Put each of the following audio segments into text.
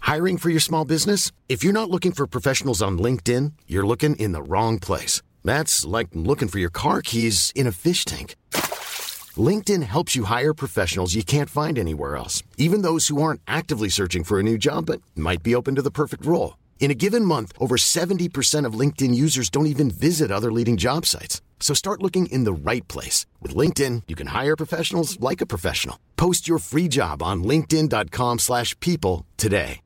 Hiring for your small business? If you're not looking for professionals on LinkedIn, you're looking in the wrong place. That's like looking for your car keys in a fish tank. LinkedIn helps you hire professionals you can't find anywhere else, even those who aren't actively searching for a new job but might be open to the perfect role. In a given month, over 70% of LinkedIn users don't even visit other leading job sites. So start looking in the right place. With LinkedIn, you can hire professionals like a professional. Post your free job on linkedin.com/people today.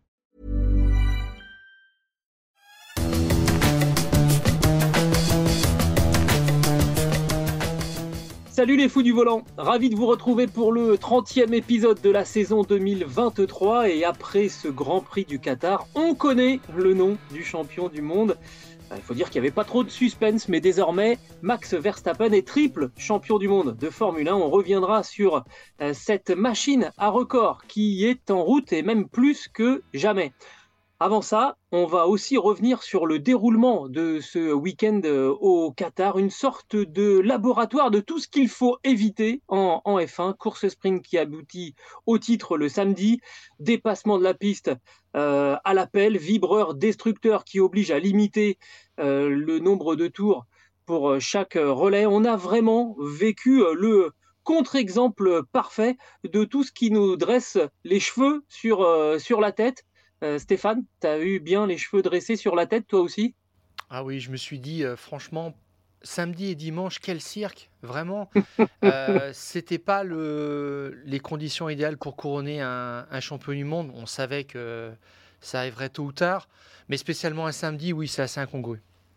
Salut les fous du volant, ravi de vous retrouver pour le 30e épisode de la saison 2023 et après ce Grand Prix du Qatar, on connaît le nom du champion du monde. Il faut dire qu'il n'y avait pas trop de suspense, mais désormais, Max Verstappen est triple champion du monde de Formule 1. On reviendra sur cette machine à record qui est en route et même plus que jamais. Avant ça, on va aussi revenir sur le déroulement de ce week-end au Qatar, une sorte de laboratoire de tout ce qu'il faut éviter en F1, course sprint qui aboutit au titre le samedi, dépassement de la piste à l'appel, vibreur destructeur qui oblige à limiter le nombre de tours pour chaque relais. On a vraiment vécu le contre-exemple parfait de tout ce qui nous dresse les cheveux sur la tête. Stéphane, tu as eu bien les cheveux dressés sur la tête, toi aussi? Ah oui, je me suis dit, franchement, samedi et dimanche, quel cirque, vraiment. C'était pas les conditions idéales pour couronner un champion du monde. On savait que ça arriverait tôt ou tard, mais spécialement un samedi, oui, c'est assez incongru.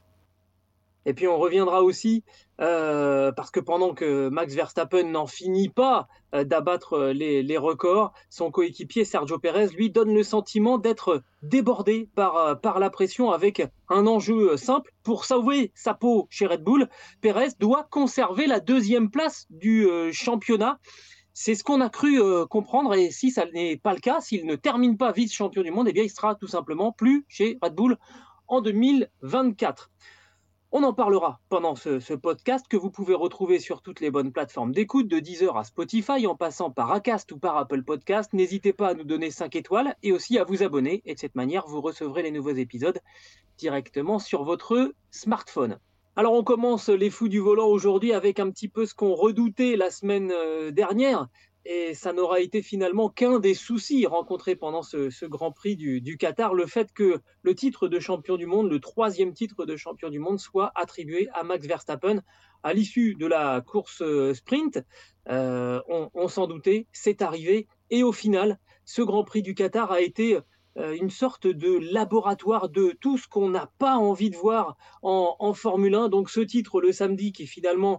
Et puis on reviendra aussi, parce que pendant que Max Verstappen n'en finit pas d'abattre les records, son coéquipier Sergio Pérez lui donne le sentiment d'être débordé par la pression avec un enjeu simple. Pour sauver sa peau chez Red Bull, Pérez doit conserver la deuxième place du championnat. C'est ce qu'on a cru comprendre, et si ça n'est pas le cas, s'il ne termine pas vice-champion du monde, eh bien il sera tout simplement plus chez Red Bull en 2024. On en parlera pendant ce podcast que vous pouvez retrouver sur toutes les bonnes plateformes d'écoute, de Deezer à Spotify, en passant par Acast ou par Apple Podcast. N'hésitez pas à nous donner 5 étoiles et aussi à vous abonner. Et de cette manière, vous recevrez les nouveaux épisodes directement sur votre smartphone. Alors on commence les fous du volant aujourd'hui avec un petit peu ce qu'on redoutait la semaine dernière. Et ça n'aura été finalement qu'un des soucis rencontrés pendant ce Grand Prix du Qatar, le fait que le titre de champion du monde, le 3e titre de champion du monde, soit attribué à Max Verstappen à l'issue de la course sprint. On s'en doutait, c'est arrivé. Et au final, ce Grand Prix du Qatar a été une sorte de laboratoire de tout ce qu'on n'a pas envie de voir en Formule 1. Donc ce titre le samedi qui finalement...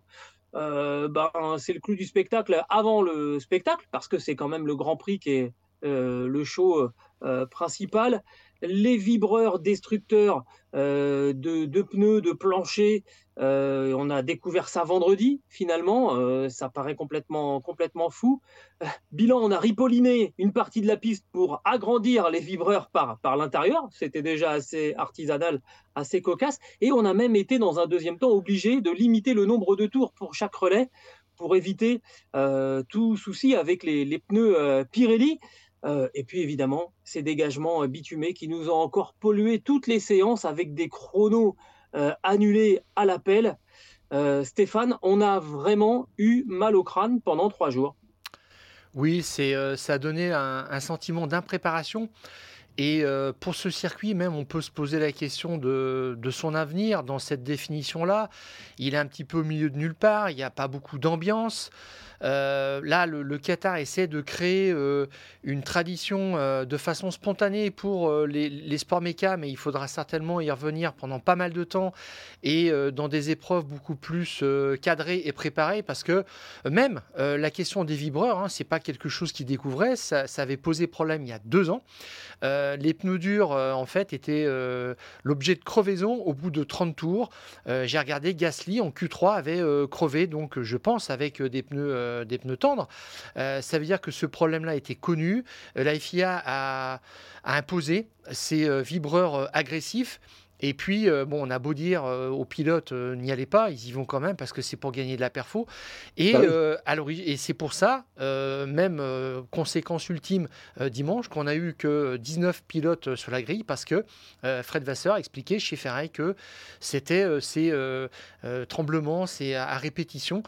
c'est le clou du spectacle avant le spectacle, parce que c'est quand même le Grand Prix qui est le show principal. Les vibreurs destructeurs de pneus, de plancher, on a découvert ça vendredi, finalement. Ça paraît complètement fou. Bilan, on a ripolliné une partie de la piste pour agrandir les vibreurs par l'intérieur. C'était déjà assez artisanal, assez cocasse. Et on a même été, dans un deuxième temps, obligé de limiter le nombre de tours pour chaque relais pour éviter tout souci avec les pneus Pirelli. Et puis évidemment, ces dégagements bitumés qui nous ont encore pollué toutes les séances avec des chronos annulés à l'appel. Stéphane, on a vraiment eu mal au crâne pendant 3 jours. Oui, ça a donné un sentiment d'impréparation. Et pour ce circuit, même, on peut se poser la question de son avenir dans cette définition-là. Il est un petit peu au milieu de nulle part, il n'y a pas beaucoup d'ambiance. Là, le Qatar essaie de créer une tradition de façon spontanée pour les sports méca, mais il faudra certainement y revenir pendant pas mal de temps et dans des épreuves beaucoup plus cadrées et préparées, parce que même la question des vibreurs, c'est pas quelque chose qu'ils découvraient, ça avait posé problème il y a 2 ans. Les pneus durs, en fait, étaient l'objet de crevaison au bout de 30 tours. J'ai regardé, Gasly en Q3 avait crevé, donc je pense avec des pneus tendres. Ça veut dire que ce problème-là était connu. La FIA a imposé ces vibreurs agressifs. Et puis, bon, on a beau dire aux pilotes, n'y allez pas, ils y vont quand même parce que c'est pour gagner de la perfo. Bah Et, oui. et c'est pour ça, même conséquence ultime dimanche, qu'on a eu que 19 pilotes sur la grille parce que Fred Vasseur expliquait chez Ferrari que c'était ces tremblements, ces à répétition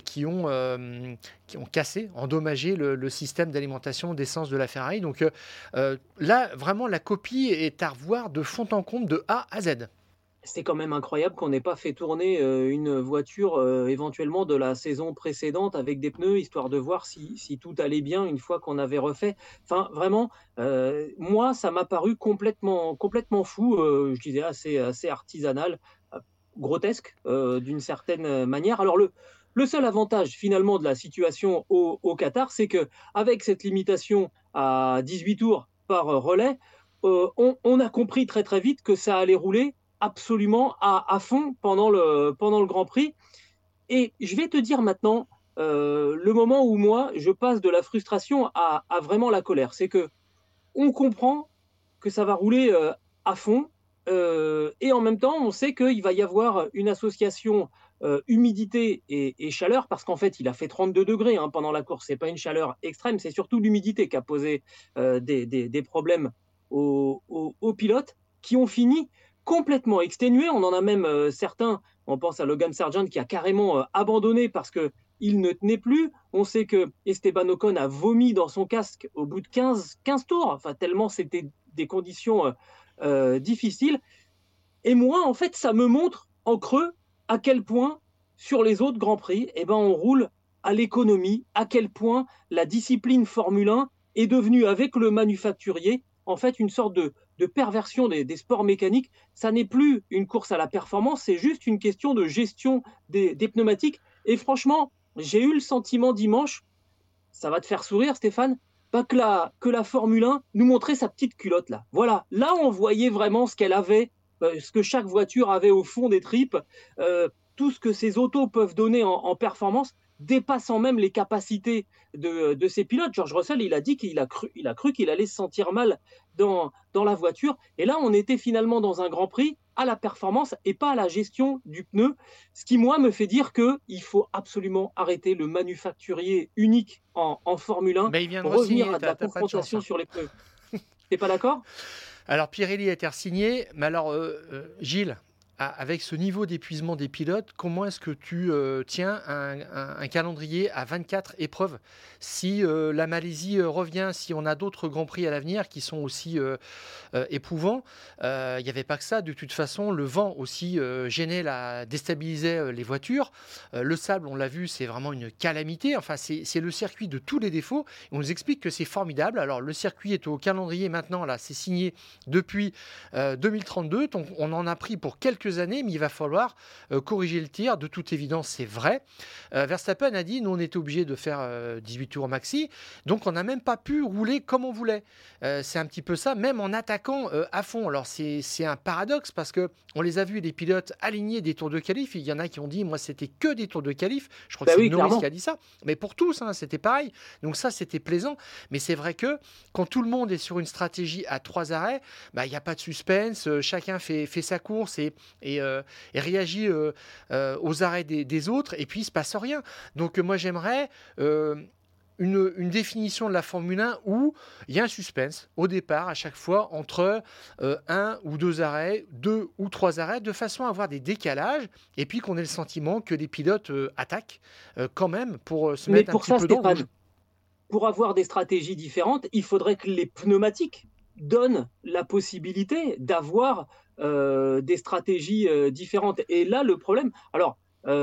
qui ont cassé, endommagé le système d'alimentation d'essence de la Ferrari. Donc là, vraiment, la copie est à revoir de fond en comble, de A à Z. C'est quand même incroyable qu'on n'ait pas fait tourner, une voiture, éventuellement de la saison précédente avec des pneus, histoire de voir si tout allait bien une fois qu'on avait refait. Enfin, vraiment, moi, ça m'a paru complètement fou, je disais assez artisanal, heu, grotesque, d'une certaine manière. Alors le seul avantage finalement de la situation au Qatar, c'est qu'avec cette limitation à 18 tours par, relais, on a compris très, très vite que ça allait rouler absolument à fond pendant le Grand Prix. Et je vais te dire maintenant, le moment où moi, je passe de la frustration à vraiment la colère. C'est que on comprend que ça va rouler, à fond, et en même temps, on sait qu'il va y avoir une association, humidité et chaleur parce qu'en fait, il a fait 32 degrés hein, pendant la course. C'est pas une chaleur extrême, c'est surtout l'humidité qui a posé, des problèmes aux pilotes qui ont fini complètement exténués. On en a même, certains, on pense à Logan Sargent qui a carrément, abandonné parce qu'il ne tenait plus. On sait que Esteban Ocon a vomi dans son casque au bout de 15 tours, enfin tellement c'était des conditions difficiles. Et moi, en fait, ça me montre en creux à quel point, sur les autres Grands Prix, eh ben, on roule à l'économie, à quel point la discipline Formule 1 est devenue, avec le manufacturier, en fait, une sorte de perversion des sports mécaniques. Ça n'est plus une course à la performance, c'est juste une question de gestion des pneumatiques. Et franchement, j'ai eu le sentiment dimanche, ça va te faire sourire, Stéphane, pas que la Formule 1 nous montrait sa petite culotte là. Voilà, là on voyait vraiment ce qu'elle avait, ce que chaque voiture avait au fond des tripes, tout ce que ces autos peuvent donner en performance, dépassant même les capacités de ses pilotes. George Russell, il a dit qu'il a cru qu'il allait se sentir mal dans la voiture. Et là, on était finalement dans un Grand Prix à la performance et pas à la gestion du pneu. Ce qui, moi, me fait dire qu'il faut absolument arrêter le manufacturier unique en Formule 1, Mais il vient de revenir re-signer, à de la t'as pas de chance, confrontation hein. sur les pneus. T'es pas d'accord? Alors Pirelli a été re-signé, mais alors Gilles, avec ce niveau d'épuisement des pilotes, comment est-ce que tu tiens un calendrier à 24 épreuves? Si la Malaisie revient, si on a d'autres Grands Prix à l'avenir qui sont aussi éprouvants, il n'y avait pas que ça. De toute façon, le vent aussi déstabilisait les voitures. Le sable, on l'a vu, c'est vraiment une calamité. Enfin, c'est le circuit de tous les défauts. On nous explique que c'est formidable. Alors, le circuit est au calendrier maintenant, là, c'est signé depuis 2032. Donc, on en a pris pour quelques années, mais il va falloir corriger le tir. De toute évidence, c'est vrai. Verstappen a dit, nous, on était obligés de faire 18 tours maxi. Donc, on n'a même pas pu rouler comme on voulait. C'est un petit peu ça, même en attaquant à fond. Alors, c'est un paradoxe parce qu'on les a vus, les pilotes alignés des tours de qualif. Il y en a qui ont dit, moi, c'était que des tours de qualif. Je crois que Bah c'est oui, Norris clairement. qui a dit ça. Mais pour tous, hein, c'était pareil. Donc ça, c'était plaisant. Mais c'est vrai que quand tout le monde est sur une stratégie à 3 arrêts, bah, il n'y a pas de suspense. Chacun fait sa course et réagit aux arrêts des autres. Et puis, il ne se passe rien. Donc moi, j'aimerais une définition de la Formule 1 où il y a un suspense au départ à chaque fois entre un ou deux arrêts, 2 ou 3 arrêts, de façon à avoir des décalages et puis qu'on ait le sentiment que les pilotes attaquent quand même pour se Mais mettre un pour petit ça, peu dans le rouge. Stéphane, pour avoir des stratégies différentes, il faudrait que les pneumatiques donnent la possibilité d'avoir des stratégies différentes. Et là, le problème, alors,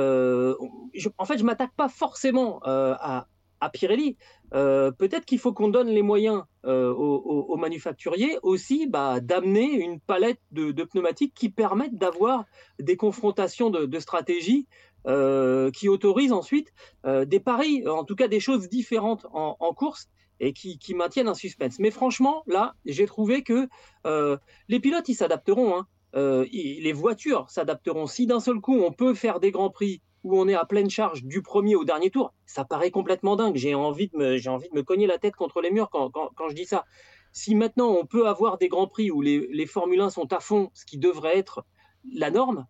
en fait, je m'attaque pas forcément à Pirelli. Peut-être qu'il faut qu'on donne les moyens aux manufacturiers aussi bah, d'amener une palette de pneumatiques qui permettent d'avoir des confrontations de stratégies qui autorisent ensuite des paris, en tout cas des choses différentes en course et qui maintiennent un suspense. Mais franchement, là, j'ai trouvé que les pilotes, ils s'adapteront. Hein. Les voitures s'adapteront. Si d'un seul coup, on peut faire des grands prix où on est à pleine charge du premier au dernier tour, ça paraît complètement dingue. J'ai envie de me cogner la tête contre les murs quand je dis ça. Si maintenant on peut avoir des grands prix où les Formule 1 sont à fond, ce qui devrait être la norme,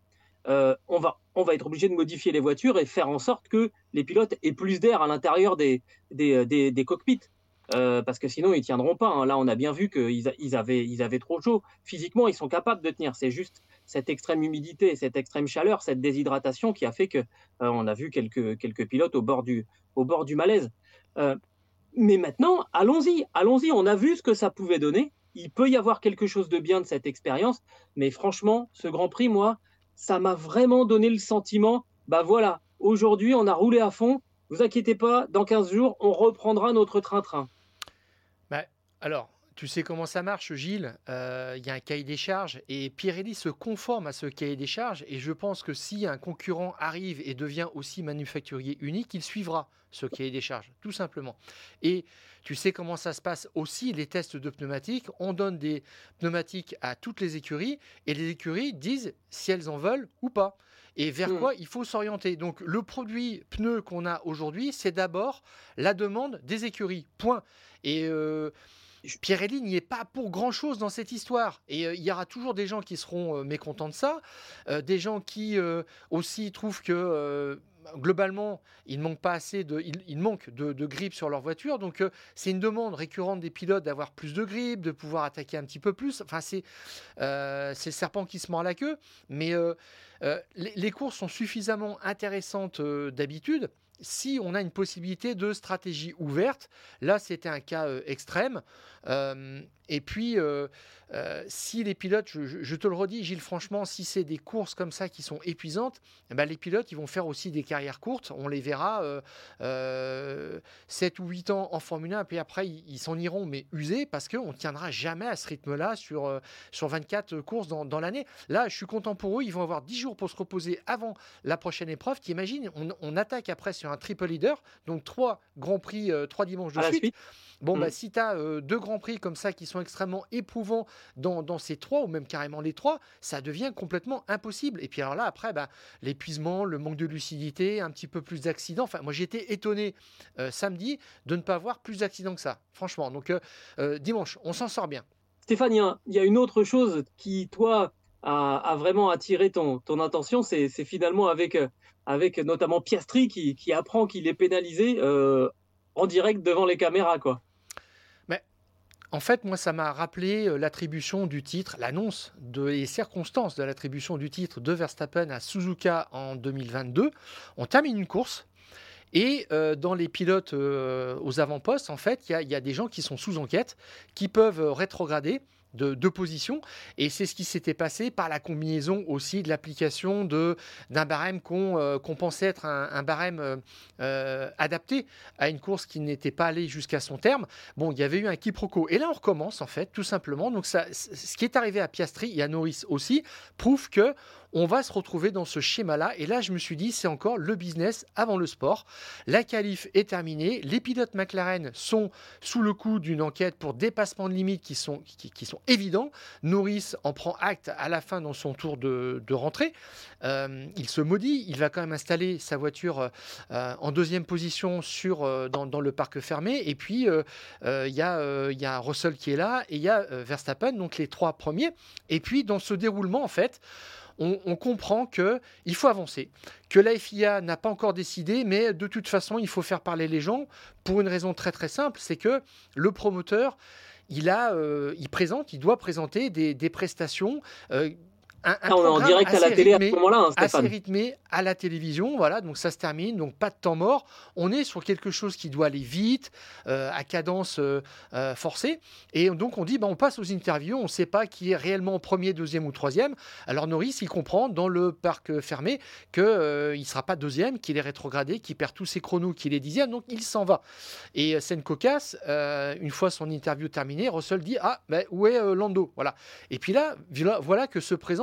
on va être obligé de modifier les voitures et faire en sorte que les pilotes aient plus d'air à l'intérieur des cockpits. Parce que sinon, ils ne tiendront pas, hein. Là, on a bien vu qu'ils avaient trop chaud. Physiquement, ils sont capables de tenir. C'est juste cette extrême humidité, cette extrême chaleur, cette déshydratation qui a fait qu'on a vu quelques pilotes au bord du malaise. Euh, mais maintenant, allons-y. On a vu ce que ça pouvait donner. Il peut y avoir quelque chose de bien de cette expérience. Mais franchement, ce Grand Prix, moi, ça m'a vraiment donné le sentiment, bah voilà, aujourd'hui, on a roulé à fond. Vous inquiétez pas, dans 15 jours, on reprendra notre train-train. Bah, alors, tu sais comment ça marche, Gilles. Il y a un cahier des charges et Pirelli se conforme à ce cahier des charges. Et je pense que si un concurrent arrive et devient aussi manufacturier unique, il suivra ce cahier des charges, tout simplement. Et tu sais comment ça se passe aussi, les tests de pneumatiques. On donne des pneumatiques à toutes les écuries et les écuries disent si elles en veulent ou pas. Et vers quoi il faut s'orienter. Donc le produit pneu qu'on a aujourd'hui, c'est d'abord la demande des écuries. Point. Et Pirelli n'y est pas pour grand-chose dans cette histoire. Et il y aura toujours des gens qui seront mécontents de ça, des gens qui aussi trouvent que globalement, il manque pas assez il manque de grip sur leur voiture. Donc c'est une demande récurrente des pilotes d'avoir plus de grip, de pouvoir attaquer un petit peu plus. Enfin, c'est le serpent qui se mord la queue. Mais les courses sont suffisamment intéressantes d'habitude. Si on a une possibilité de stratégie ouverte, là c'était un cas extrême. Et puis, si les pilotes, je te le redis, Gilles, franchement, si c'est des courses comme ça qui sont épuisantes, eh ben, les pilotes ils vont faire aussi des carrières courtes. On les verra 7 ou 8 ans en Formule 1, puis après ils s'en iront, mais usés, parce qu'on ne tiendra jamais à ce rythme-là sur 24 courses dans l'année. Là, je suis content pour eux, ils vont avoir 10 jours pour se reposer avant la prochaine épreuve. T'imagines, on attaque après sur un triple leader, donc 3 Grands Prix, 3 dimanches de suite. Bon, bah, si tu as 2 Grands Prix comme ça qui sont extrêmement éprouvants dans ces 3, ou même carrément les 3, ça devient complètement impossible. Et puis alors là, après, bah, l'épuisement, le manque de lucidité, un petit peu plus d'accidents. Enfin, moi, j'étais étonné samedi de ne pas avoir plus d'accidents que ça, franchement. Donc, dimanche, on s'en sort bien. Stéphane, il y a une autre chose qui, toi, a vraiment attiré ton attention, c'est finalement avec notamment Piastri qui apprend qu'il est pénalisé en direct devant les caméras, quoi. En fait, moi, ça m'a rappelé l'attribution du titre, l'annonce des circonstances de l'attribution du titre de Verstappen à Suzuka en 2022. On termine une course et dans les pilotes aux avant-postes, en fait, il y a des gens qui sont sous enquête, qui peuvent rétrograder de position, et c'est ce qui s'était passé par la combinaison aussi de l'application d'un barème qu'on pensait être un barème adapté à une course qui n'était pas allée jusqu'à son terme. Bon, il y avait eu un quiproquo, et là on recommence en fait, tout simplement. Donc ça, ce qui est arrivé à Piastri et à Norris aussi prouve que on va se retrouver dans ce schéma-là. Et là, je me suis dit, c'est encore le business avant le sport. La qualif est terminée. Les pilotes McLaren sont sous le coup d'une enquête pour dépassement de limite qui sont évidents. Norris en prend acte à la fin dans son tour de rentrée. Il se maudit. Il va quand même installer sa voiture en deuxième position dans le parc fermé. Et puis, il y a Russell qui est là et il y a Verstappen, donc les 3 premiers. Et puis, dans ce déroulement, en fait, on comprend qu'il faut avancer, que la FIA n'a pas encore décidé, mais de toute façon, il faut faire parler les gens pour une raison très très simple, c'est que le promoteur, il doit présenter des prestations. On est en direct à la télé à ce moment-là, hein, Stéphane. Assez rythmé à la télévision, voilà, donc ça se termine, donc pas de temps mort. On est sur quelque chose qui doit aller vite, à cadence forcée, et donc on dit, on passe aux interviews, on ne sait pas qui est réellement premier, deuxième ou troisième. Alors Norris, il comprend dans le parc fermé qu'il ne sera pas deuxième, qu'il est rétrogradé, qu'il perd tous ses chronos, qu'il est dixième, donc il s'en va. Et scène cocasse, une fois son interview terminée, Russell dit, où est Lando, voilà. Et puis là, voilà que se présente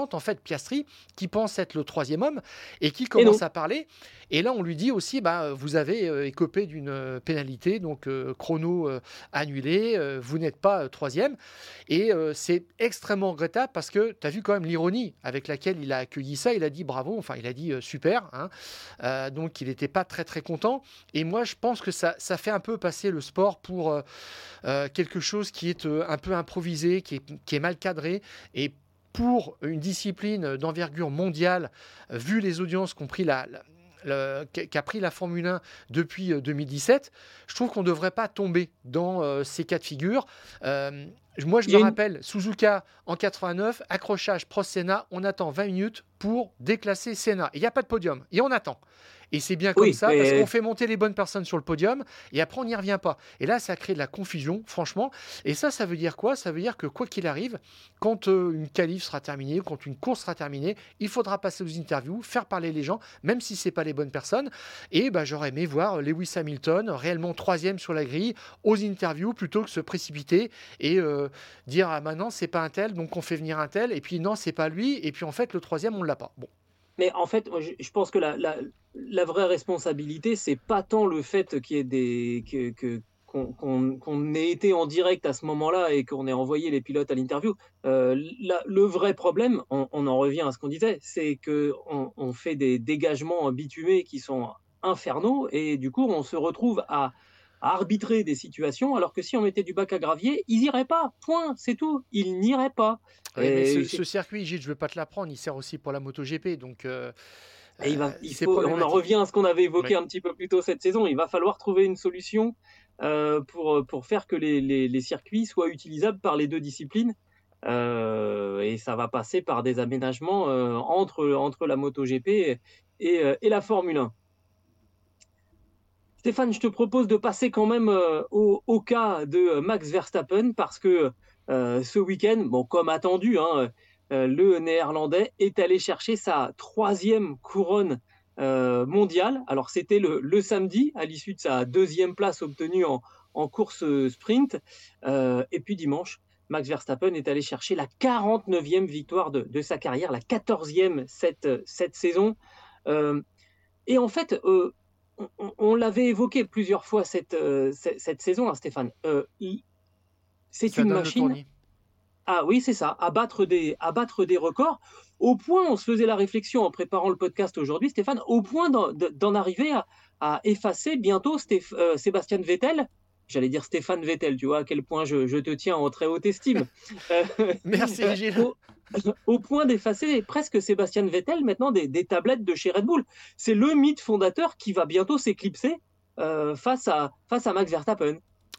présente en fait Piastri, qui pense être le troisième homme, et qui commence à parler. Et là, on lui dit aussi, vous avez écopé d'une pénalité, donc chrono annulé, vous n'êtes pas troisième. Et c'est extrêmement regrettable parce que tu as vu quand même l'ironie avec laquelle il a accueilli ça. Il a dit bravo, enfin il a dit super. Donc il n'était pas très très content. Et moi, je pense que ça fait un peu passer le sport pour quelque chose qui est un peu improvisé, qui est mal cadré. Et pour une discipline d'envergure mondiale, vu les audiences qu'ont pris qu'a pris la Formule 1 depuis 2017, je trouve qu'on ne devrait pas tomber dans ces cas de figure. Moi, je me rappelle, Suzuka en 89, accrochage Prost Senna, on attend 20 minutes pour déclasser Senna. Il n'y a pas de podium, et on attend. Et c'est bien comme ça, parce qu'on fait monter les bonnes personnes sur le podium, et après on n'y revient pas. Et là, ça crée de la confusion, franchement. Et ça veut dire quoi ? Ça veut dire que quoi qu'il arrive, quand une qualif sera terminée, quand une course sera terminée, il faudra passer aux interviews, faire parler les gens, même si ce n'est pas les bonnes personnes. Et j'aurais aimé voir Lewis Hamilton réellement troisième sur la grille, aux interviews, plutôt que se précipiter et dire maintenant c'est pas un tel, donc on fait venir un tel, et puis non, c'est pas lui, et puis en fait le troisième on l'a pas. Bon. Mais en fait, je pense que la vraie responsabilité, c'est pas tant le fait qu'il y ait qu'on ait été en direct à ce moment-là et qu'on ait envoyé les pilotes à l'interview. Le vrai problème, on en revient à ce qu'on disait, c'est qu'on fait des dégagements bitumés qui sont infernaux, et du coup, on se retrouve à arbitrer des situations, alors que si on mettait du bac à gravier, ils n'iraient pas. Point, c'est tout. Ils n'iraient pas. Oui, mais ce circuit, Gilles, je ne veux pas te l'apprendre, il sert aussi pour la MotoGP. Donc, on en revient à ce qu'on avait évoqué un petit peu plus tôt cette saison. Il va falloir trouver une solution pour faire que les circuits soient utilisables par les deux disciplines. Et ça va passer par des aménagements entre la MotoGP et la Formule 1. Stéphane, je te propose de passer quand même au cas de Max Verstappen, parce que ce week-end, comme attendu, le Néerlandais est allé chercher sa 3e couronne mondiale. Alors c'était le samedi, à l'issue de sa 2e place obtenue en course sprint. Et puis dimanche, Max Verstappen est allé chercher la 49e victoire de sa carrière, la 14e cette saison. Et en fait, on l'avait évoqué plusieurs fois cette saison, Stéphane. C'est une machine. Ah oui, c'est ça, à battre des records. Au point, on se faisait la réflexion en préparant le podcast aujourd'hui, Stéphane, au point d'en arriver à effacer bientôt Sébastien Vettel. J'allais dire Stéphane Vettel, tu vois à quel point je te tiens en très haute estime. Merci, Gilles. Au point d'effacer presque Sébastien Vettel maintenant des tablettes de chez Red Bull. C'est le mythe fondateur qui va bientôt s'éclipser face à Max Verstappen.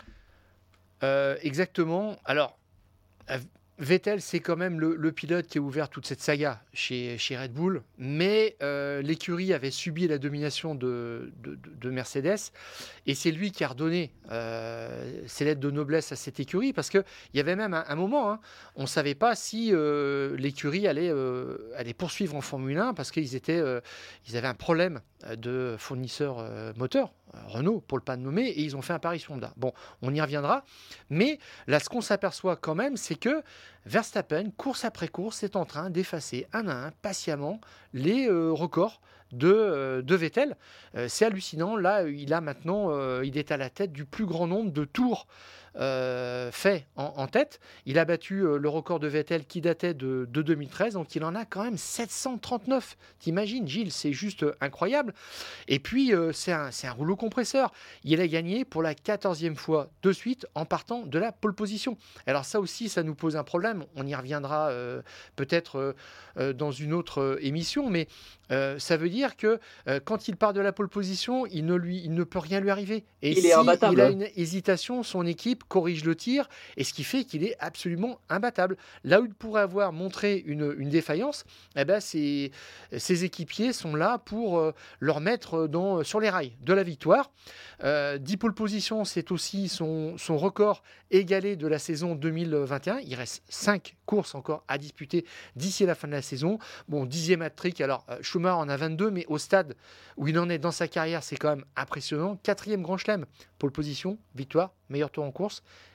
Exactement. Alors, Vettel, c'est quand même le pilote qui a ouvert toute cette saga chez Red Bull, mais l'écurie avait subi la domination de Mercedes, et c'est lui qui a redonné ses lettres de noblesse à cette écurie, parce qu'il y avait même un moment, on ne savait pas si l'écurie allait poursuivre en Formule 1, parce qu'ils avaient un problème de fournisseur moteur, Renault pour le pas de nommer, et ils ont fait un pari sur Honda. Bon, on y reviendra, mais là ce qu'on s'aperçoit quand même, c'est que Verstappen, course après course, est en train d'effacer un à un, patiemment, les records de Vettel. C'est hallucinant. Là, il est à la tête du plus grand nombre de tours fait en tête. Il a battu le record de Vettel qui datait de 2013, donc il en a quand même 739. T'imagines, Gilles, c'est juste incroyable. Et puis, c'est un rouleau compresseur. Il a gagné pour la 14e fois de suite en partant de la pole position. Alors ça aussi, ça nous pose un problème. On y reviendra peut-être dans une autre émission, mais ça veut dire que quand il part de la pole position, il ne peut rien lui arriver. Et il est imbattable. Il a une hésitation, son équipe corrige le tir, et ce qui fait qu'il est absolument imbattable. Là où il pourrait avoir montré une défaillance, ses équipiers sont là pour le remettre sur les rails de la victoire. 10 pole positions, c'est aussi son record égalé de la saison 2021. Il reste 5 courses encore à disputer d'ici la fin de la saison. Bon, 10e hat-trick, alors Schumacher en a 22, mais au stade où il en est dans sa carrière, c'est quand même impressionnant. 4e Grand Chelem, pole position, victoire, meilleur tour en course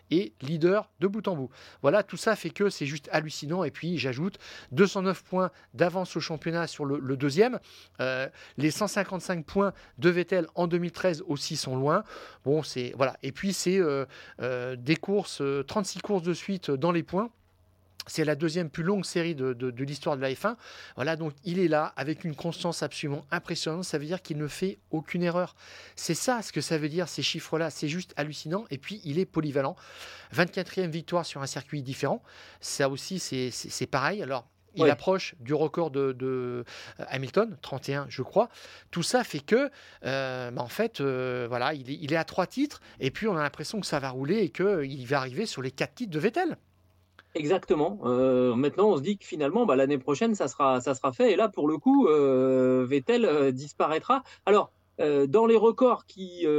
et leader de bout en bout. Voilà, tout ça fait que c'est juste hallucinant. Et puis, j'ajoute 209 points d'avance au championnat sur le deuxième. Les 155 points de Vettel en 2013 aussi sont loin. Bon, c'est voilà. Et puis, c'est des courses, 36 courses de suite dans les points. C'est la deuxième plus longue série de l'histoire de la F1. Voilà, donc il est là avec une constance absolument impressionnante. Ça veut dire qu'il ne fait aucune erreur. C'est ça ce que ça veut dire, ces chiffres-là. C'est juste hallucinant. Et puis, il est polyvalent. 24e victoire sur un circuit différent. Ça aussi, c'est pareil. Alors, il approche du record de Hamilton, 31, je crois. Tout ça fait que, en fait, voilà, il est à 3 titres. Et puis, on a l'impression que ça va rouler et qu'il va arriver sur les 4 titres de Vettel. Exactement. Maintenant, on se dit que finalement, l'année prochaine, ça sera fait. Et là, pour le coup, Vettel disparaîtra. Alors, dans les records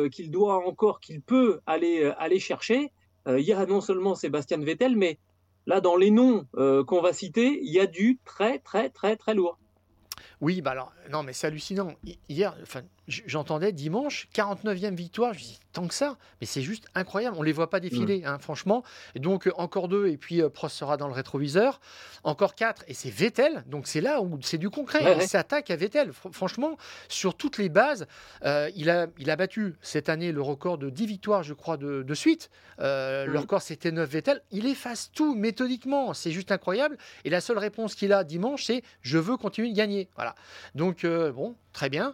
qu'il peut aller chercher, il y a non seulement Sébastien Vettel, mais là, dans les noms qu'on va citer, il y a du très, très, très, très lourd. Oui, alors, non, mais c'est hallucinant. Hier, j'entendais dimanche, 49e victoire. Je me dis, tant que ça, mais c'est juste incroyable. On ne les voit pas défiler, franchement. Et donc, encore 2, et puis Prost sera dans le rétroviseur. Encore 4, et c'est Vettel. Donc, c'est là où c'est du concret. Il s'attaque à Vettel. Franchement, sur toutes les bases, il a battu cette année le record de 10 victoires, je crois, de suite. Le record, c'était 9 Vettel. Il efface tout méthodiquement. C'est juste incroyable. Et la seule réponse qu'il a dimanche, c'est « je veux continuer de gagner ». Voilà. Donc, bon, très bien.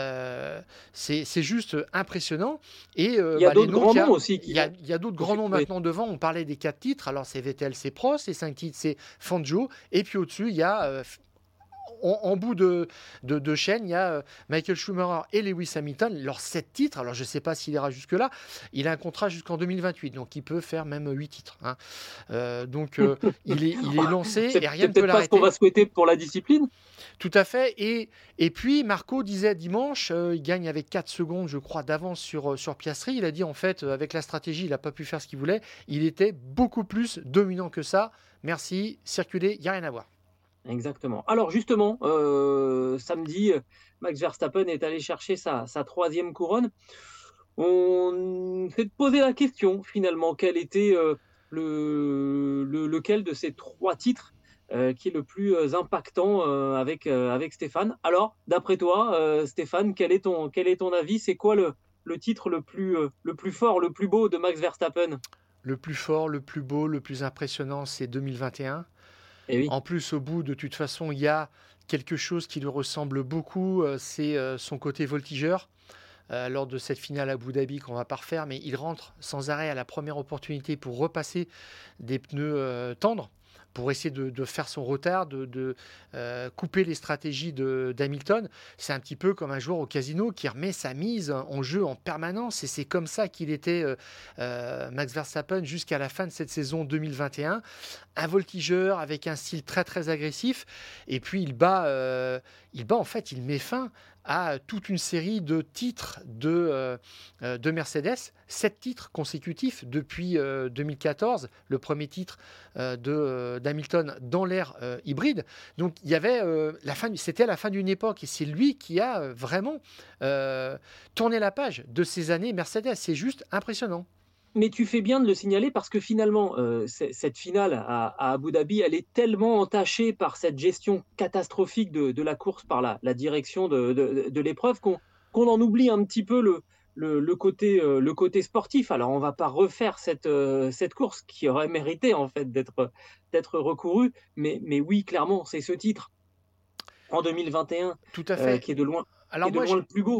C'est juste impressionnant. Et, il y a d'autres grands noms aussi. Il y a d'autres grands noms maintenant devant. On parlait des 4 titres. Alors, c'est Vettel, c'est Prost. Les 5 titres, c'est Fangio. Et puis, au-dessus, il y a... en bout de chaîne, il y a Michael Schumacher et Lewis Hamilton, leurs 7 titres. Alors, je ne sais pas s'il ira jusque-là. Il a un contrat jusqu'en 2028, donc il peut faire même 8 titres. Donc, il est lancé et rien ne peut l'arrêter. C'est peut-être pas ce qu'on va souhaiter pour la discipline. Tout à fait. Et puis, Marco disait dimanche, il gagne avec 4 secondes, je crois, d'avance sur Piastri. Il a dit, en fait, avec la stratégie, il n'a pas pu faire ce qu'il voulait. Il était beaucoup plus dominant que ça. Merci, circuler, il n'y a rien à voir. Exactement. Alors justement, samedi, Max Verstappen est allé chercher sa 3e couronne. On s'est posé la question finalement, quel était lequel de ces 3 titres qui est le plus impactant avec Stéphane. Alors, d'après toi, Stéphane, quel est ton avis? C'est quoi le titre le plus fort, le plus beau de Max Verstappen? Le plus fort, le plus beau, le plus impressionnant, c'est 2021. Et oui. En plus, au bout, de toute façon, il y a quelque chose qui lui ressemble beaucoup, c'est son côté voltigeur. Lors de cette finale à Abu Dhabi qu'on va pas refaire, mais il rentre sans arrêt à la première opportunité pour repasser des pneus tendres, pour essayer de faire son retard, de couper les stratégies d'Hamilton. C'est un petit peu comme un joueur au casino qui remet sa mise en jeu en permanence, et c'est comme ça qu'il était Max Verstappen jusqu'à la fin de cette saison 2021. Un voltigeur avec un style très très agressif, et puis il met fin à toute une série de titres de Mercedes, 7 titres consécutifs depuis 2014, le premier titre d'Hamilton dans l'ère hybride. Donc il y avait c'était à la fin d'une époque, et c'est lui qui a vraiment tourné la page de ces années Mercedes. C'est juste impressionnant. Mais tu fais bien de le signaler parce que finalement, cette finale à Abu Dhabi, elle est tellement entachée par cette gestion catastrophique de la course par la direction de l'épreuve qu'on en oublie un petit peu le côté sportif. Alors, on ne va pas refaire cette course qui aurait mérité en fait d'être recourue, mais oui, clairement, c'est ce titre en 2021 Tout à fait. qui est de loin, le plus beau.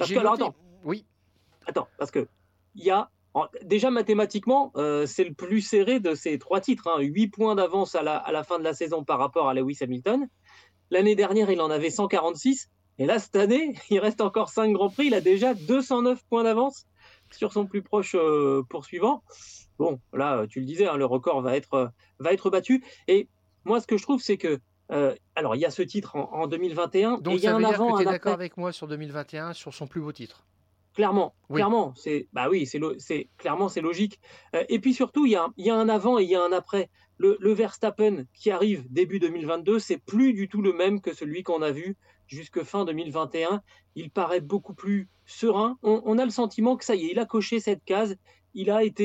Parce que il y a déjà, mathématiquement, c'est le plus serré de ces 3 titres. 8 points d'avance à la fin de la saison par rapport à Lewis Hamilton. L'année dernière, il en avait 146. Et là, cette année, il reste encore 5 Grands Prix. Il a déjà 209 points d'avance sur son plus proche poursuivant. Bon, là, tu le disais, le record va être battu. Et moi, ce que je trouve, c'est que alors, il y a ce titre en 2021. Donc, et il y a ça veut dire que tu es d'accord avec moi sur 2021, sur son plus beau titre? Clairement, c'est logique. Et puis surtout, il y a un avant et il y a un après. Le Verstappen qui arrive début 2022, c'est plus du tout le même que celui qu'on a vu jusque fin 2021. Il paraît beaucoup plus serein. On a le sentiment que ça y est, il a coché cette case. Il a été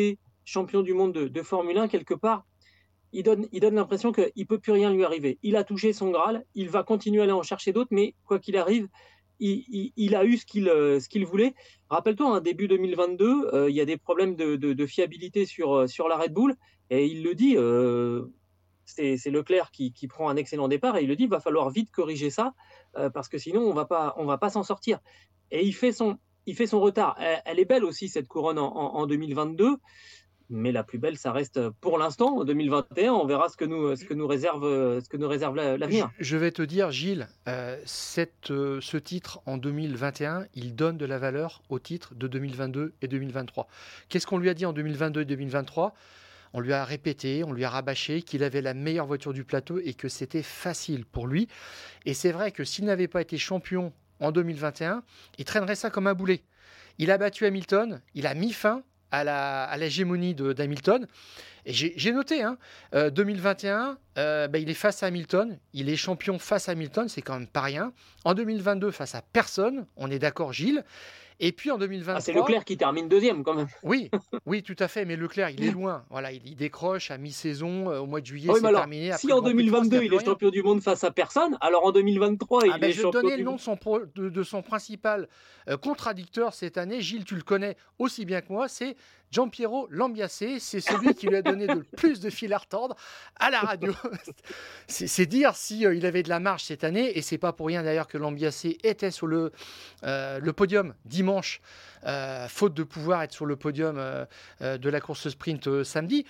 champion du monde de Formule 1, quelque part, il donne l'impression qu'il ne peut plus rien lui arriver. Il a touché son Graal, il va continuer à aller en chercher d'autres, mais quoi qu'il arrive, il a eu ce qu'il voulait. Rappelle-toi, début 2022, il y a des problèmes de fiabilité sur la Red Bull, et il le dit, c'est Leclerc qui prend un excellent départ, et il le dit, il va falloir vite corriger ça, parce que sinon on va pas s'en sortir. Et il fait son retard. Elle est belle aussi, cette couronne en 2022. Mais la plus belle, ça reste pour l'instant, en 2021. On verra ce que nous réserve l'avenir. Je vais te dire, Gilles, ce titre en 2021, il donne de la valeur au titre de 2022 et 2023. Qu'est-ce qu'on lui a dit en 2022 et 2023 ? On lui a répété, on lui a rabâché qu'il avait la meilleure voiture du plateau et que c'était facile pour lui. Et c'est vrai que s'il n'avait pas été champion en 2021, il traînerait ça comme un boulet. Il a battu Hamilton, il a mis fin à l'hégémonie d'Hamilton. Et j'ai noté, 2021, il est face à Hamilton, il est champion face à Hamilton, c'est quand même pas rien. En 2022, face à personne, on est d'accord, Gilles. Et puis en 2023... c'est Leclerc qui termine deuxième quand même. Oui, tout à fait, mais Leclerc, il est loin. Voilà, il décroche à mi-saison, au mois de juillet, c'est terminé. Si en 2022, il est champion du monde face à personne, alors en 2023, il est champion du monde. Je vais te donner le nom de son principal contradicteur cette année. Gilles, tu le connais aussi bien que moi, c'est Giampiero Lambiase. C'est celui qui lui a donné le plus de fil à retordre à la radio. c'est dire si il avait de la marge cette année, et c'est pas pour rien d'ailleurs que Lambiase était sur le podium dimanche, faute de pouvoir être sur le podium de la course sprint samedi.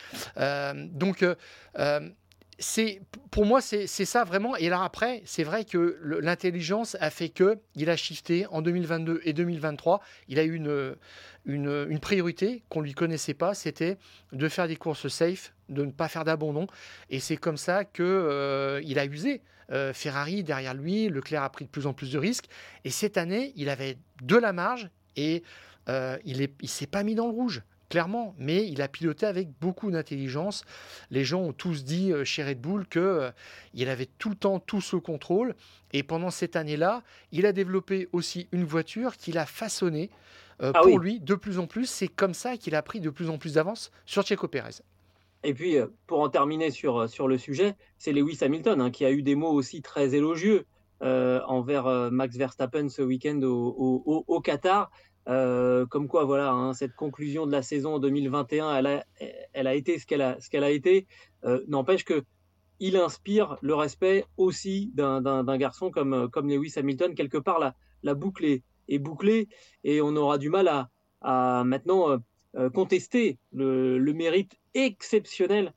Pour moi, c'est ça vraiment. Et là, après, c'est vrai que l'intelligence a fait qu'il a shifté en 2022 et 2023. Il a eu une priorité qu'on ne lui connaissait pas, c'était de faire des courses safe, de ne pas faire d'abandon. Et c'est comme ça qu'il a usé. Ferrari derrière lui, Leclerc a pris de plus en plus de risques. Et cette année, il avait de la marge et il ne s'est pas mis dans le rouge. Clairement, mais il a piloté avec beaucoup d'intelligence. Les gens ont tous dit chez Red Bull qu'il avait tout le temps tout sous contrôle. Et pendant cette année-là, il a développé aussi une voiture qu'il a façonnée lui de plus en plus. C'est comme ça qu'il a pris de plus en plus d'avance sur Checo Pérez. Et puis, pour en terminer sur le sujet, c'est Lewis Hamilton qui a eu des mots aussi très élogieux envers Max Verstappen ce week-end au Qatar. Comme quoi, voilà, cette conclusion de la saison 2021, elle a été ce qu'elle a été. N'empêche qu'il inspire le respect aussi d'un garçon comme Lewis Hamilton. Quelque part, la boucle est bouclée, et on aura du mal à maintenant contester le mérite exceptionnel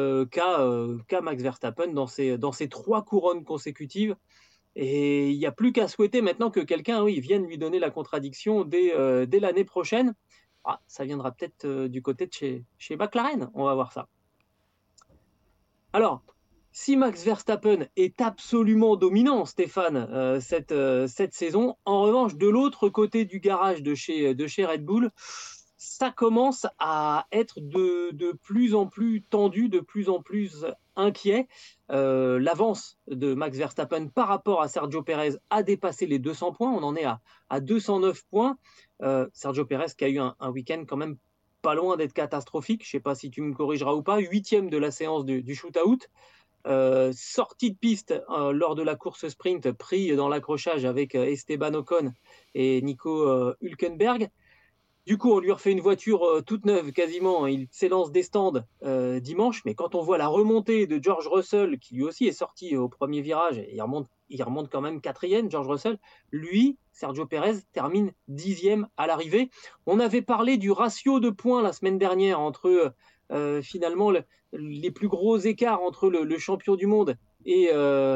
qu'a Max Verstappen dans ses 3 couronnes consécutives. Et il n'y a plus qu'à souhaiter maintenant que quelqu'un vienne lui donner la contradiction dès l'année prochaine. Ça viendra peut-être du côté de chez McLaren, on va voir ça. Alors, si Max Verstappen est absolument dominant, Stéphane, cette saison, en revanche, de l'autre côté du garage de chez Red Bull, ça commence à être de plus en plus tendu, de plus en plus inquiet. L'avance de Max Verstappen par rapport à Sergio Pérez a dépassé les 200 points. On en est à 209 points. Sergio Pérez qui a eu un week-end quand même pas loin d'être catastrophique. Je ne sais pas si tu me corrigeras ou pas. 8e de la séance du shootout. Sortie de piste lors de la course sprint, pris dans l'accrochage avec Esteban Ocon et Nico Hülkenberg. Du coup, on lui refait une voiture toute neuve quasiment. Il s'élance des stands dimanche, mais quand on voit la remontée de George Russell, qui lui aussi est sorti au premier virage, et il remonte quand même 4e, George Russell, lui, Sergio Pérez, termine 10e à l'arrivée. On avait parlé du ratio de points la semaine dernière entre finalement les plus gros écarts entre le champion du monde et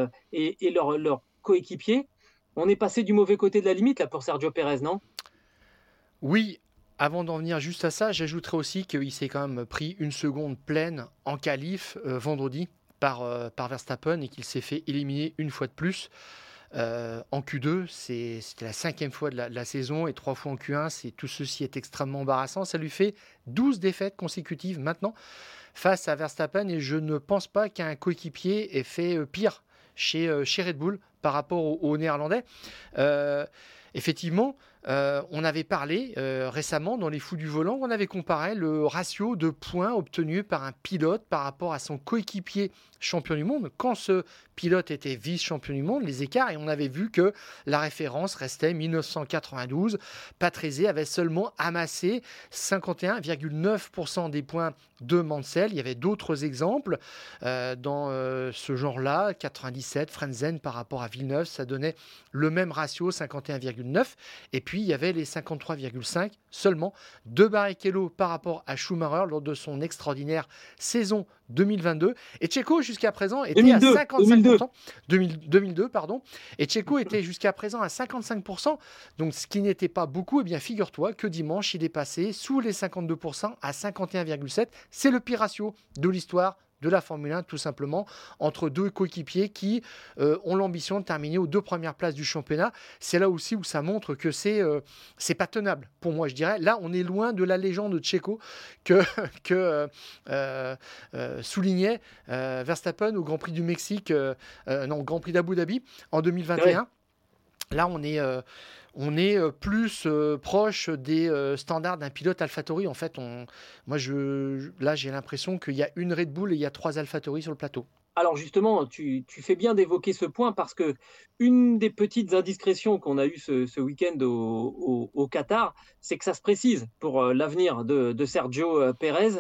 leur coéquipier. On est passé du mauvais côté de la limite là pour Sergio Pérez, non ? Oui. Avant d'en venir juste à ça, j'ajouterais aussi qu'il s'est quand même pris une seconde pleine en qualif vendredi par Verstappen et qu'il s'est fait éliminer une fois de plus en Q2. C'était la 5e fois de la saison et 3 fois en Q1. Tout ceci est extrêmement embarrassant. Ça lui fait 12 défaites consécutives maintenant face à Verstappen, et je ne pense pas qu'un coéquipier ait fait pire chez Red Bull par rapport aux Néerlandais. Effectivement, On avait parlé récemment dans les Fous du volant, on avait comparé le ratio de points obtenus par un pilote par rapport à son coéquipier champion du monde. Quand ce pilote était vice-champion du monde, les écarts, et on avait vu que la référence restait 1992. Patrese avait seulement amassé 51,9% des points de Mansell. Il y avait d'autres exemples dans ce genre-là. 97, Frenzen par rapport à Villeneuve, ça donnait le même ratio, 51,9. Et puis, il y avait les 53,5 seulement de Barrichello par rapport à Schumacher lors de son extraordinaire saison 2022. Et Checo, jusqu'à présent, était 2002, à 55%. 2002, pardon. Et Checo était jusqu'à présent à 55%. Donc, ce qui n'était pas beaucoup, eh bien, figure-toi que dimanche, il est passé sous les 52% à 51,7%. C'est le pire ratio de l'histoire de la Formule 1, tout simplement, entre deux coéquipiers qui ont l'ambition de terminer aux 2 premières places du championnat. C'est là aussi où ça montre que c'est pas tenable, pour moi, je dirais. Là, on est loin de la légende de Checo que soulignait Verstappen au Grand Prix du Mexique, au Grand Prix d'Abu Dhabi en 2021. Ouais. Là, on est plus proche des standards d'un pilote AlphaTauri. En fait, là, j'ai l'impression qu'il y a une Red Bull et il y a 3 AlphaTauri sur le plateau. Alors justement, tu fais bien d'évoquer ce point parce que une des petites indiscrétions qu'on a eues ce week-end au Qatar, c'est que ça se précise pour l'avenir de Sergio Pérez.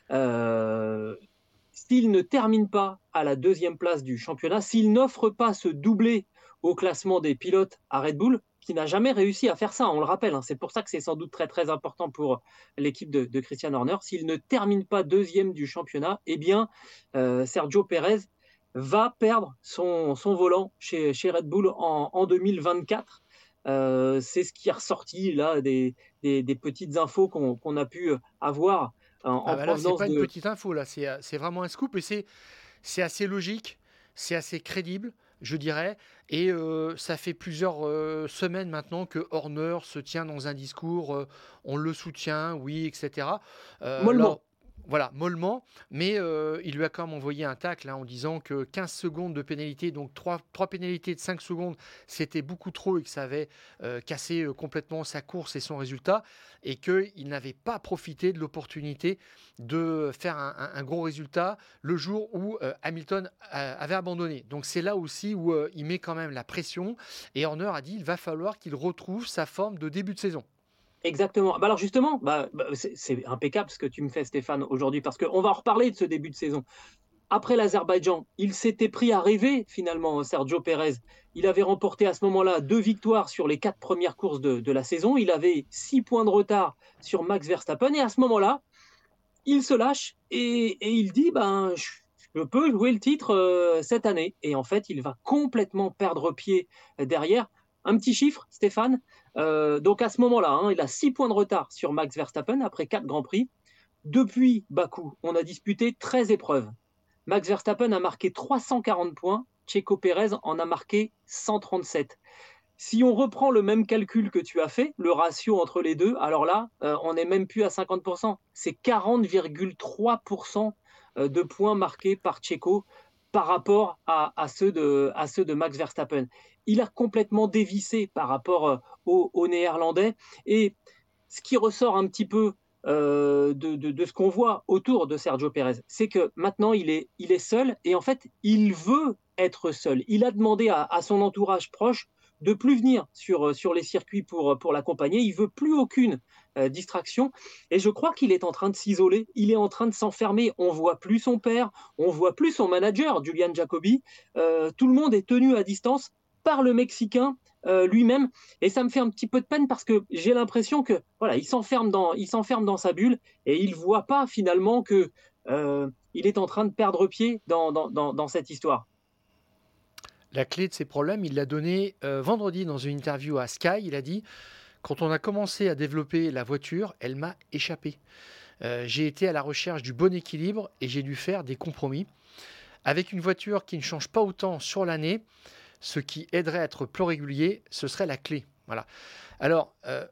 S'il ne termine pas à la 2e place du championnat, s'il n'offre pas ce doublé au classement des pilotes à Red Bull, qui n'a jamais réussi à faire ça, on le rappelle, c'est pour ça que c'est sans doute très très important pour l'équipe de Christian Horner. S'il ne termine pas 2e du championnat, eh bien Sergio Pérez va perdre son volant chez Red Bull en 2024. C'est ce qui est ressorti là des petites infos qu'on a pu avoir en provenance là, c'est pas une petite info, là, c'est vraiment un scoop et c'est assez logique, c'est assez crédible, je dirais, et ça fait plusieurs semaines maintenant que Horner se tient dans un discours, on le soutient, oui, etc. Mollement. Voilà, mollement, mais il lui a quand même envoyé un tacle en disant que 15 secondes de pénalité, donc 3 pénalités de 5 secondes, c'était beaucoup trop et que ça avait cassé complètement sa course et son résultat, et qu'il n'avait pas profité de l'opportunité de faire un gros résultat le jour où Hamilton avait abandonné. Donc c'est là aussi où il met quand même la pression, et Horner a dit qu'il va falloir qu'il retrouve sa forme de début de saison. Exactement. Alors justement, c'est impeccable ce que tu me fais, Stéphane, aujourd'hui, parce qu'on va en reparler de ce début de saison. Après l'Azerbaïdjan, il s'était pris à rêver finalement, Sergio Pérez. Il avait remporté à ce moment-là 2 victoires sur les 4 premières courses de la saison. Il avait 6 points de retard sur Max Verstappen. Et à ce moment-là, il se lâche et il dit je peux jouer le titre cette année. Et en fait, il va complètement perdre pied derrière. Un petit chiffre, Stéphane. Donc à ce moment-là, il a 6 points de retard sur Max Verstappen après 4 Grands Prix. Depuis Bakou, on a disputé 13 épreuves. Max Verstappen a marqué 340 points, Checo Pérez en a marqué 137. Si on reprend le même calcul que tu as fait, le ratio entre les deux, alors là, on n'est même plus à 50%. C'est 40,3% de points marqués par Checo par rapport à ceux de Max Verstappen. Il a complètement dévissé par rapport aux Néerlandais. Et ce qui ressort un petit peu de ce qu'on voit autour de Sergio Pérez, c'est que maintenant il est seul et en fait il veut être seul. Il a demandé à son entourage proche de plus venir sur les circuits pour l'accompagner. Il veut plus aucune distraction et je crois qu'il est en train de s'isoler. Il est en train de s'enfermer. On voit plus son père, on voit plus son manager Julian Jacobi. Tout le monde est tenu à distance par le Mexicain lui-même, et ça me fait un petit peu de peine parce que j'ai l'impression que voilà, il s'enferme dans sa bulle et il voit pas finalement que il est en train de perdre pied dans cette histoire. La clé de ces problèmes, il l'a donné vendredi dans une interview à Sky. Il a dit: quand on a commencé à développer la voiture, elle m'a échappé. J'ai été à la recherche du bon équilibre et j'ai dû faire des compromis. Avec une voiture qui ne change pas autant sur l'année, ce qui aiderait à être plus régulier, ce serait la clé. Voilà. Alors,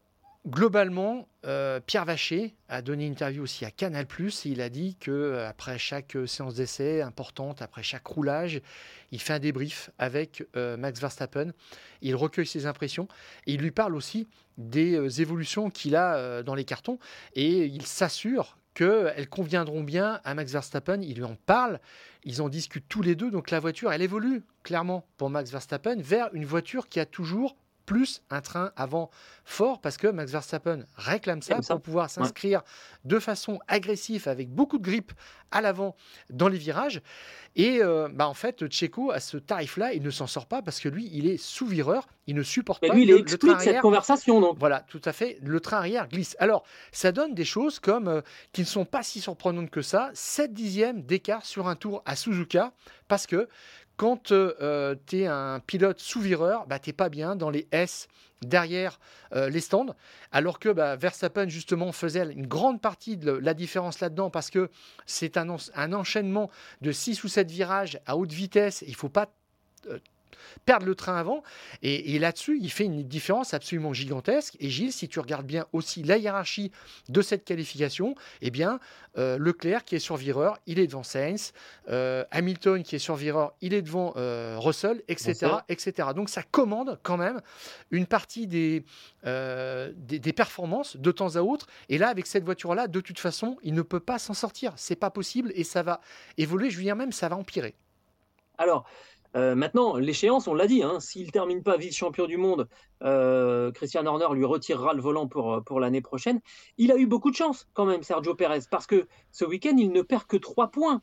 Globalement, Pierre Vacher a donné une interview aussi à Canal+, et il a dit qu'après chaque séance d'essai importante, après chaque roulage, il fait un débrief avec Max Verstappen, il recueille ses impressions, et il lui parle aussi des évolutions qu'il a dans les cartons, et il s'assure qu'elles conviendront bien à Max Verstappen, il lui en parle, ils en discutent tous les deux, donc la voiture, elle évolue clairement pour Max Verstappen vers une voiture qui a toujours plus un train avant fort, parce que Max Verstappen réclame ça pour pouvoir s'inscrire de façon agressive avec beaucoup de grip à l'avant dans les virages. Et en fait, Checo, à ce tarif-là, il ne s'en sort pas parce que lui, il est sous-vireur, il ne supporte pas lui, que il le train arrière... cette conversation. Donc. Voilà, tout à fait, le train arrière glisse. Alors, ça donne des choses comme qui ne sont pas si surprenantes que ça, 7 dixièmes d'écart sur un tour à Suzuka, parce que quand tu es un pilote sous-vireur, tu n'es pas bien dans les S derrière les stands, alors que Verstappen justement faisait une grande partie de la différence là-dedans, parce que c'est un enchaînement de 6 ou 7 virages à haute vitesse, il ne faut pas perdre le train avant, et là-dessus, il fait une différence absolument gigantesque. Et Gilles, si tu regardes bien aussi la hiérarchie de cette qualification, eh bien, Leclerc qui est survireur, il est devant Sainz, Hamilton qui est survireur, il est devant Russell, etc., etc. Donc ça commande quand même une partie des performances de temps à autre, et là, avec cette voiture-là, de toute façon, il ne peut pas s'en sortir, c'est pas possible, et ça va évoluer, je veux dire même, ça va empirer. Alors, maintenant, l'échéance, on l'a dit, s'il ne termine pas vice-champion du monde, Christian Horner lui retirera le volant pour l'année prochaine. Il a eu beaucoup de chance quand même, Sergio Pérez, parce que ce week-end, il ne perd que 3 points,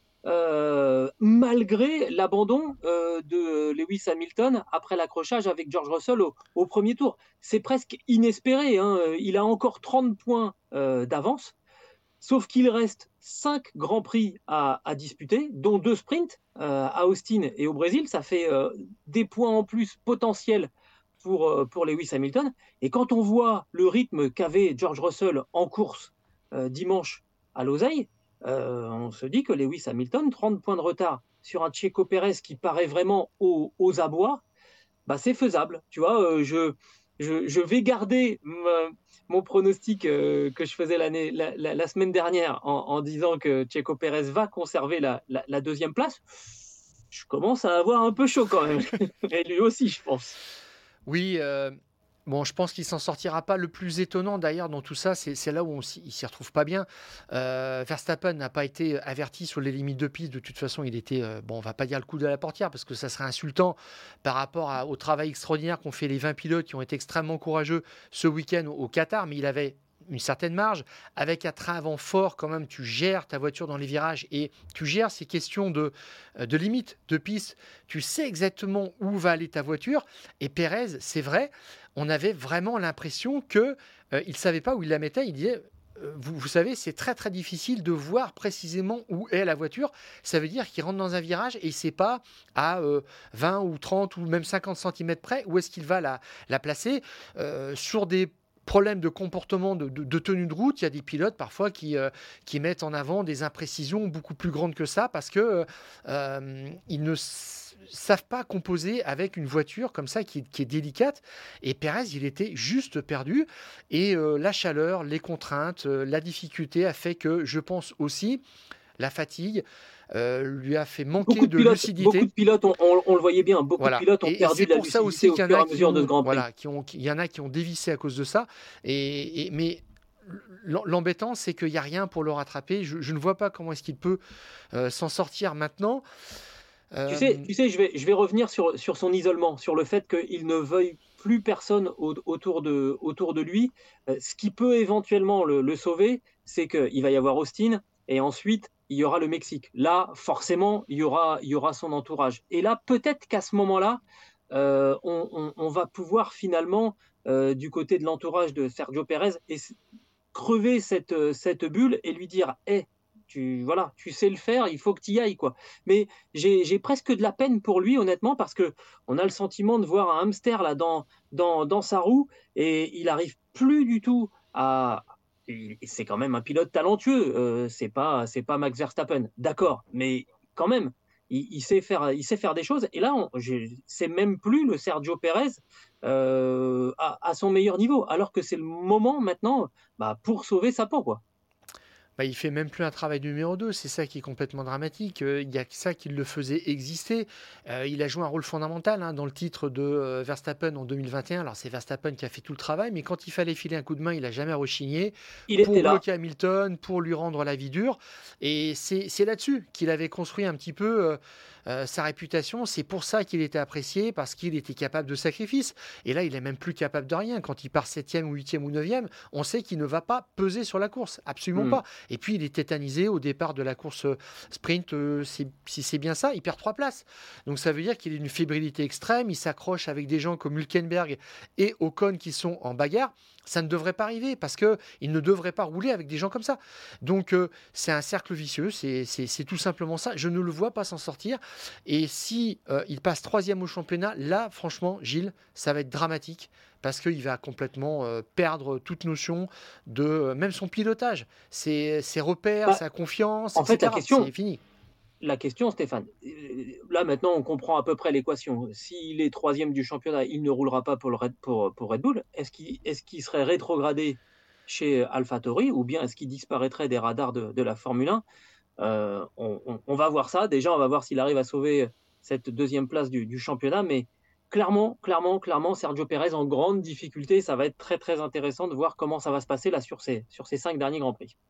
malgré l'abandon de Lewis Hamilton après l'accrochage avec George Russell au premier tour. C'est presque inespéré. Il a encore 30 points d'avance. Sauf qu'il reste 5 Grands Prix à disputer, dont 2 sprints à Austin et au Brésil. Ça fait des points en plus potentiels pour Lewis Hamilton. Et quand on voit le rythme qu'avait George Russell en course dimanche à Losail, on se dit que Lewis Hamilton, 30 points de retard sur un Checo Pérez qui paraît vraiment aux abois, c'est faisable. Tu vois, je vais garder mon pronostic que je faisais la semaine dernière en disant que Checo Pérez va conserver la deuxième place. Je commence à avoir un peu chaud quand même. Et lui aussi, je pense. Oui, je pense qu'il ne s'en sortira pas. Le plus étonnant d'ailleurs dans tout ça, c'est là où il ne s'y retrouve pas bien. Verstappen n'a pas été averti sur les limites de piste. De toute façon, il était, on ne va pas dire le coup de la portière parce que ça serait insultant par rapport au travail extraordinaire qu'ont fait les 20 pilotes qui ont été extrêmement courageux ce week-end au Qatar, mais il avait une certaine marge. Avec un train avant fort, quand même, tu gères ta voiture dans les virages et tu gères ces questions de limite, de piste. Tu sais exactement où va aller ta voiture. Et Pérez, c'est vrai, on avait vraiment l'impression qu'il ne savait pas où il la mettait. Il disait... Vous savez, c'est très très difficile de voir précisément où est la voiture. Ça veut dire qu'il rentre dans un virage et il ne sait pas à 20 ou 30 ou même 50 cm près où est-ce qu'il va la placer. Sur des problèmes de comportement, de tenue de route, il y a des pilotes parfois qui mettent en avant des imprécisions beaucoup plus grandes que ça parce qu'ils ne savent pas composer avec une voiture comme ça qui est délicate. Et Pérez, il était juste perdu. Et la chaleur, les contraintes, la difficulté a fait que, je pense aussi, la fatigue lui a fait manquer de lucidité. Beaucoup de pilotes, on le voyait bien, beaucoup de pilotes ont perdu de la lucidité au fur et à mesure de ce Grand Prix. Il y en a qui ont dévissé à cause de ça. Mais l'embêtant, c'est qu'il n'y a rien pour le rattraper. Je ne vois pas comment est-ce qu'il peut s'en sortir maintenant. Tu sais, je vais revenir sur son isolement, sur le fait qu'il ne veuille plus personne autour de lui. Ce qui peut éventuellement le sauver, c'est qu'il va y avoir Austin et ensuite il y aura le Mexique. Là, forcément, il y aura son entourage. Et là, peut-être qu'à ce moment-là, on va pouvoir finalement, du côté de l'entourage de Sergio Pérez, crever cette bulle et lui dire hey, tu sais le faire, il faut que tu y ailles, quoi. Mais j'ai presque de la peine pour lui, honnêtement, parce qu'on a le sentiment de voir un hamster là dans sa roue et il n'arrive plus du tout à... C'est quand même un pilote talentueux, c'est pas Max Verstappen, d'accord, mais quand même, il sait faire des choses. Et là, c'est même plus le Sergio Pérez à son meilleur niveau, alors que c'est le moment maintenant pour sauver sa peau, quoi. Il fait même plus un travail de numéro 2, c'est ça qui est complètement dramatique. Il y a que ça qui le faisait exister. Il a joué un rôle fondamental dans le titre de Verstappen en 2021. Alors c'est Verstappen qui a fait tout le travail, mais quand il fallait filer un coup de main, il n'a jamais rechigné pour bloquer Hamilton, pour lui rendre la vie dure. Et c'est là-dessus qu'il avait construit un petit peu sa réputation. C'est pour ça qu'il était apprécié, parce qu'il était capable de sacrifice. Et là, il n'est même plus capable de rien. Quand il part 7e ou 8e ou 9e, on sait qu'il ne va pas peser sur la course. Absolument pas. Et puis, il est tétanisé au départ de la course sprint. Si c'est bien ça, il perd 3 places. Donc, ça veut dire qu'il a une fébrilité extrême. Il s'accroche avec des gens comme Hülkenberg et Ocon qui sont en bagarre. Ça ne devrait pas arriver parce qu'il ne devrait pas rouler avec des gens comme ça. Donc, c'est un cercle vicieux. C'est tout simplement ça. Je ne le vois pas s'en sortir. Et si il passe 3e au championnat, là, franchement, Gilles, ça va être dramatique. Parce qu'il va complètement perdre toute notion de même son pilotage, ses repères, sa confiance, en etc. Fait, c'est fini. La question, Stéphane, là maintenant on comprend à peu près l'équation. S'il est 3e du championnat, il ne roulera pas pour Red Bull. Est-ce qu'il serait rétrogradé chez AlphaTauri ou bien est-ce qu'il disparaîtrait des radars de la Formule 1 on va voir ça. Déjà, on va voir s'il arrive à sauver cette 2e place du championnat, mais clairement, Sergio Pérez en grande difficulté. Ça va être très, très intéressant de voir comment ça va se passer là sur ces 5 derniers Grands Prix.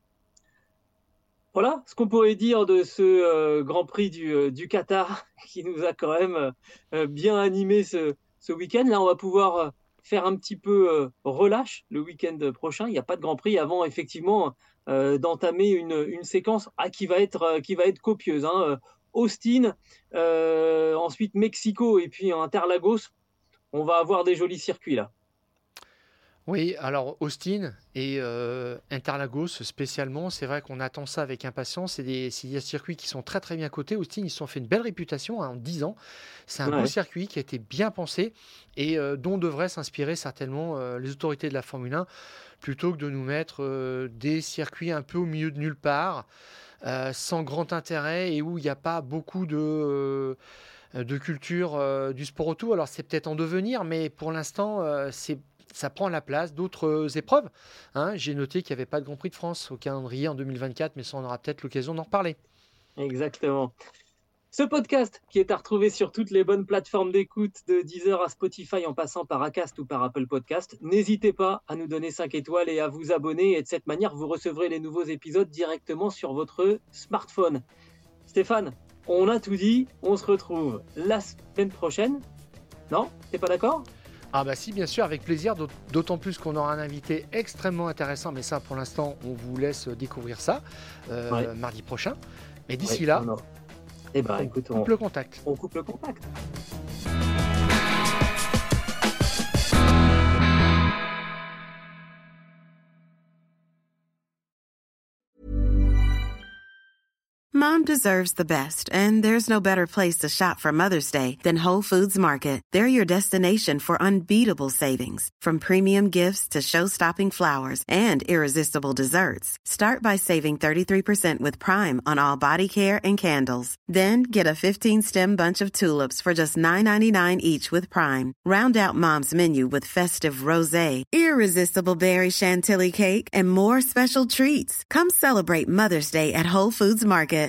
Voilà ce qu'on pourrait dire de ce Grand Prix du Qatar qui nous a quand même bien animé ce week-end. Là, on va pouvoir faire un petit peu relâche le week-end prochain. Il n'y a pas de Grand Prix avant, effectivement, d'entamer une séquence qui va être copieuse. Austin, ensuite Mexico et puis Interlagos. On va avoir des jolis circuits là. Oui, alors Austin et Interlagos spécialement, c'est vrai qu'on attend ça avec impatience. C'est des circuits qui sont très très bien cotés. Austin, ils se sont fait une belle réputation en 10 ans. C'est un beau circuit qui a été bien pensé et dont devraient s'inspirer certainement les autorités de la Formule 1 plutôt que de nous mettre des circuits un peu au milieu de nulle part, sans grand intérêt et où il n'y a pas beaucoup de culture du sport auto. Alors c'est peut-être en devenir, mais pour l'instant, ça prend la place d'autres épreuves. J'ai noté qu'il n'y avait pas de Grand Prix de France au calendrier en 2024, mais ça, on aura peut-être l'occasion d'en reparler. Exactement. Ce podcast qui est à retrouver sur toutes les bonnes plateformes d'écoute, de Deezer à Spotify en passant par Acast ou par Apple Podcast. N'hésitez pas à nous donner 5 étoiles et à vous abonner. Et de cette manière, vous recevrez les nouveaux épisodes directement sur votre smartphone. Stéphane, on a tout dit. On se retrouve la semaine prochaine. Non ? T'es pas d'accord ? Ah bah si, bien sûr, avec plaisir, d'autant plus qu'on aura un invité extrêmement intéressant, mais ça, pour l'instant, on vous laisse découvrir ça mardi prochain. Mais d'ici là, écoute, on coupe le contact. On coupe le contact. Mom deserves the best, and there's no better place to shop for Mother's Day than Whole Foods Market. They're your destination for unbeatable savings, from premium gifts to show-stopping flowers and irresistible desserts. Start by saving 33% with Prime on all body care and candles. Then get a 15-stem bunch of tulips for just $9.99 each with Prime. Round out Mom's menu with festive rosé, irresistible berry chantilly cake, and more special treats. Come celebrate Mother's Day at Whole Foods Market.